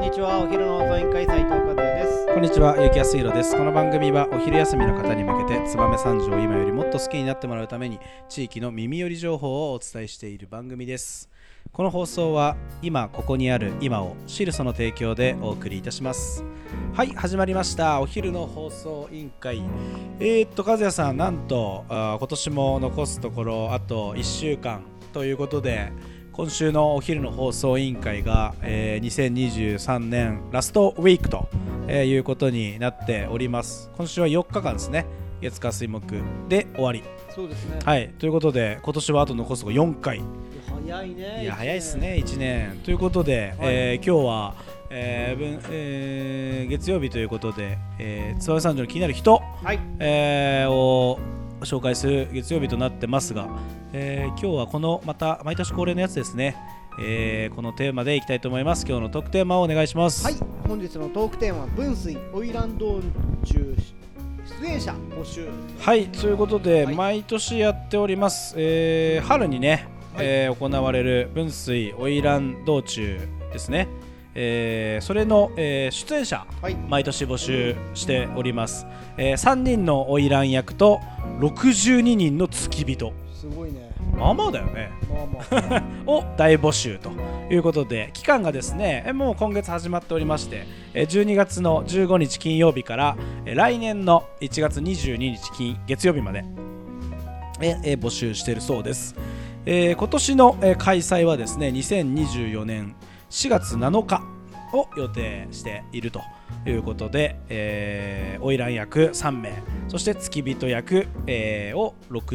にちは。お昼の放送委員会斉藤和也です。 こんにちは、結城康弘です。この番組はお昼休みの方に向けて燕三条を今よりもっと好きになってもらうために地域の耳寄り情報をお伝えしている番組です。この放送は今ここにある今を知るその提供でお送りいたします。はい、始まりましたお昼の放送委員会。和也さん、なんと今年も残すところあと1週間ということで、今週のお昼の放送委員会が、2023年ラストウィークと、いうことになっております。今週は4日間ですね。月火水木で終わり。 そうですね。 はい、ということで今年はあと残すところ4回。 早いね。 いや早いですね、1年ということで、今日は、月曜日ということで、燕三条の気になる人、 はい、 を紹介する月曜日となってますが、今日はこのまた毎年恒例のやつですね、このテーマでいきたいと思います。今日のトークテーマをお願いします。 はい、本日のトークテーマは分水花魁道中出演者募集。 はい、ということで、 はい、 毎年やっております、春にね、行われる分水花魁道中ですね、それの、出演者、毎年募集しております。3人の花魁役と62人の付き人、 すごいね。 まあまあだよね、を大募集ということで、期間がですね、もう今月始まっておりまして、12月の15日金曜日から来年の1月22日月曜日まで募集しているそうです。今年の開催はですね、2024年4月7日を予定しているということで、花魁役3名、そして付き人役、を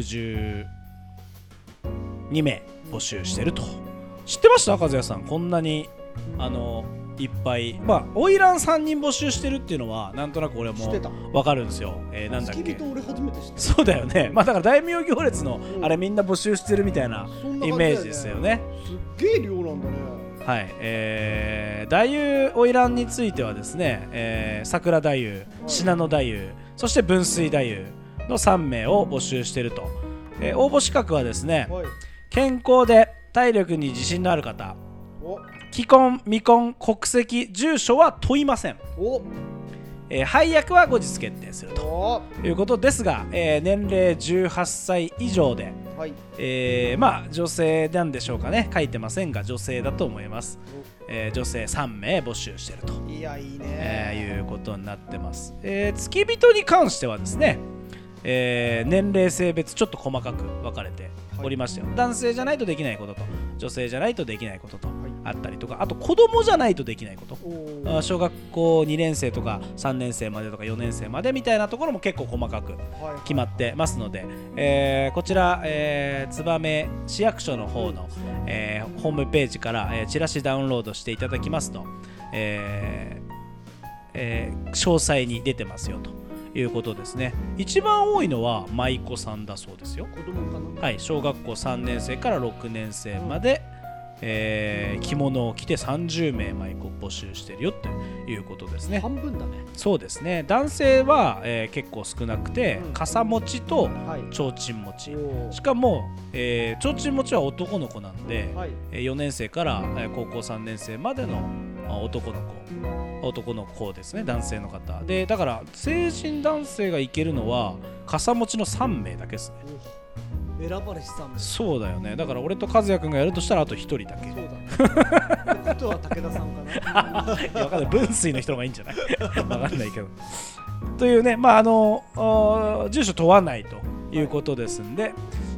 62名募集していると。知ってました？和也さん、こんなにいっぱい、花魁3人募集してるっていうのはなんとなく俺も分かるんですよ。なんだっけ、 付き人俺初めて知った。 そうだよね。だから大名行列のあれみんな募集してるみたいなイメージですよね。 すっげえ量なんだね。 はい、太夫花魁についてはですね、桜太夫、信濃太夫、そして分水太夫の3名を募集していると。応募資格はですね、健康で体力に自信のある方、既婚未婚国籍住所は問いません。配役は後日決定するということですが、年齢18歳以上で、女性なんでしょうかね、書いてませんが女性だと思います。女性3名募集していると、 いやいいね、 いうことになってます。付き人に関してはですね、年齢性別ちょっと細かく分かれておりましたよ。男性じゃないとできないことと女性じゃないとできないこととあったりとか、あと子供じゃないとできないこと、小学校2年生とか3年生までとか4年生までみたいなところも結構細かく決まってますので、こちら、燕市役所の方の、ホームページから、チラシダウンロードしていただきますと、詳細に出てますよということですね。一番多いのは舞妓さんだそうですよ。 子供かな。 はい、小学校3年生から6年生まで、着物を着て30名舞妓募集してるよということですね。 半分だね。 そうですね。男性は、結構少なくて、傘持ちと提灯持ち、しかも、提灯持ちは男の子なんで、4年生から、高校3年生までの男の子ですね。男性の方で、だから成人男性が行けるのは傘持ちの3名だけですね。 選ばれし3名。 そうだよね。だから俺と和也くんがやるとしたらあと1人だけ。 そうだね。あとは武田さんかな。 いや、分かんない。分水の人がいいんじゃない分かんないけどというね、住所問わないということですんで、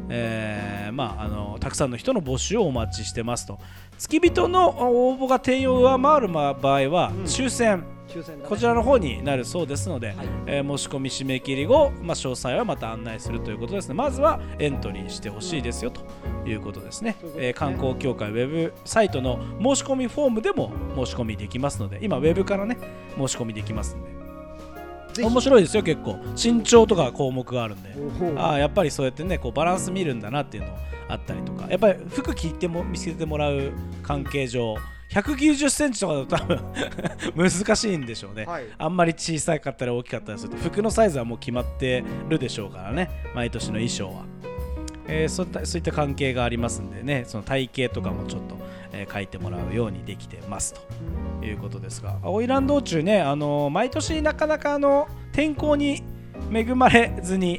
たくさんの人の募集をお待ちしてますと。付き人の応募が定員を上回る場合は抽選、こちらの方になるそうですので、申し込み締め切り後、詳細はまた案内するということですね。まずはエントリーしてほしいですよということですね。観光協会ウェブサイトの申し込みフォームでも申し込みできますので、今ウェブからね申し込みできますので、面白いですよ。結構身長とか項目があるんで、やっぱりそうやってね、こうバランス見るんだなっていうのあったりとか、やっぱり服着ても見せてもらう関係上190センチとかだと多分難しいんでしょうね、あんまり小さかったり大きかったりすると服のサイズはもう決まってるでしょうからね、毎年の衣装は。そういった関係がありますんでね、その体型とかもちょっと、 書いてもらうようにできてますということですが、花魁道中ね、毎年なかなか天候に恵まれずに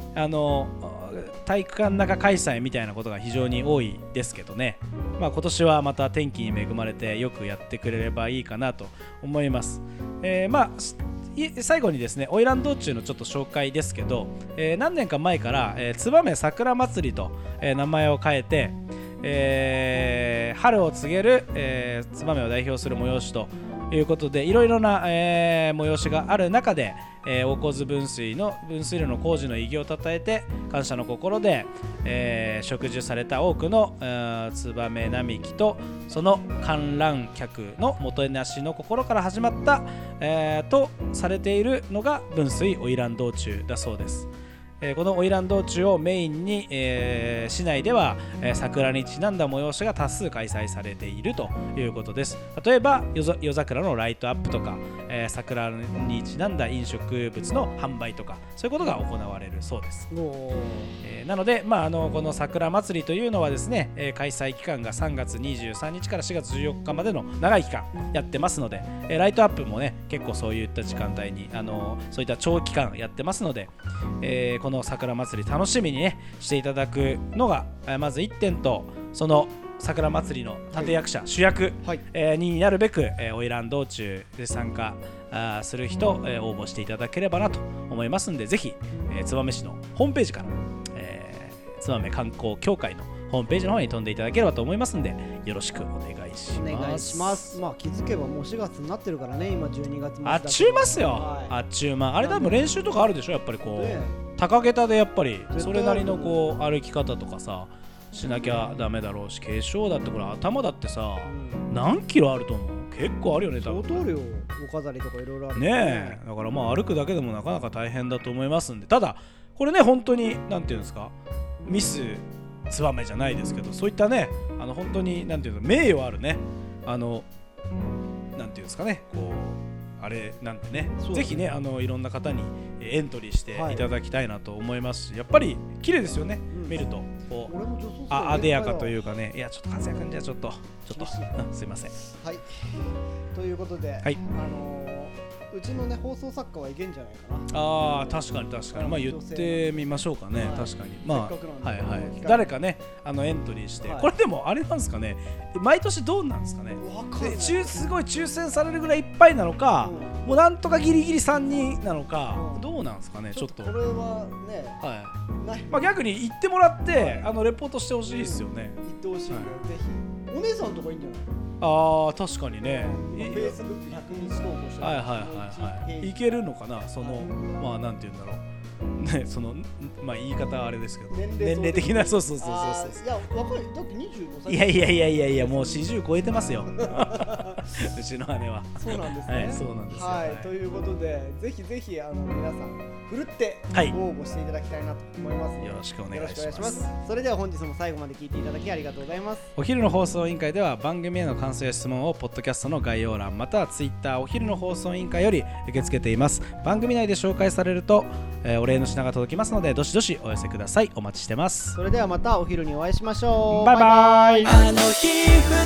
体育館中開催みたいなことが非常に多いですけどね、今年はまた天気に恵まれてよくやってくれればいいかなと思います。最後にですね、花魁道中のちょっと紹介ですけど、何年か前から、燕桜祭りと、名前を変えて、春を告げる、燕を代表する催しということで、いろいろな、催しがある中で、大河分水路の工事の意義をたたえて感謝の心で、植樹された多くの燕並木とその観覧客のもてなしの心から始まった、とされているのが分水花魁道中だそうです。この花魁道中をメインに、市内では、桜にちなんだ催しが多数開催されているということです。例えば夜桜のライトアップとか、桜にちなんだ飲食物の販売とか、そういうことが行われるそうです。なので、この桜祭りというのはですね、開催期間が3月23日から4月14日までの長い期間やってますので、ライトアップもね結構そういった時間帯にそういった長期間やってますので、この桜祭り楽しみにねしていただくのがまず1点と、その桜祭りの立役者、主役、になるべく花魁道中で参加する人、応募していただければなと思いますので、ぜひ、燕市のホームページから、燕観光協会のホームページの方に飛んでいただければと思いますので、よろしくお願いします。 お願いします。気づけばもう4月になってるからね、今12月末だあっちゅうますよ、あっちゅう間。あれ多分練習とかあるでしょ、やっぱりこう、高桁でやっぱりそれなりのこう歩き方とかさしなきゃダメだろうし、化粧だってこれ頭だってさ、何キロあると思う？結構あるよね、多分。 相当量、お飾りとかいろいろあるね。だから歩くだけでもなかなか大変だと思いますんで、ただこれね本当になんていうんですか、ミス燕じゃないですけど、そういったね本当になんていうの、名誉あるねなんていうんですかね、こうあれなんでね、ぜひねいろんな方にエントリーしていただきたいなと思いますし、やっぱり綺麗ですよね、見るとこうあでやかというかね。いやちょっと和也君じゃちょっとすいません。 はい、ということで、 はい、 うちのね放送作家はいけんじゃないかな。 ああ確かに、言ってみましょうかね。確かにはいはい、誰かねエントリーして、これでもあれなんですかね、毎年どうなんですかね。すごい抽選されるぐらいいっぱいなのか、もうなんとかギリギリ3人なのか、どうなんですかね。ちょっとこれはね、 逆に言ってもらってレポートしてほしいですよね。 言ってほしいよ、ぜひ。お姉さんとかいいんじゃない？ ああ確かにね。 フェイスブック100日投稿していけるのかな。そのなんて言うんだろうね、その言い方はあれですけど、年齢的な、そう。いや若い、だって25歳。 いやもう40超えてますよ。うちの姉は。 そうなんですね。 そうなんですよ。 ということで、ぜひぜひ皆さんふるってご応募していただきたいなと思います。 よろしくお願いします。 それでは本日も最後まで聞いていただきありがとうございます。 お昼の放送委員会では番組への感想や質問をポッドキャストの概要欄またはツイッターお昼の放送委員会より受け付けています。番組内で紹介されると、お礼の品が届きますので、どしどしお寄せください。お待ちしてます。 それではまたお昼にお会いしましょう。 バイバイ。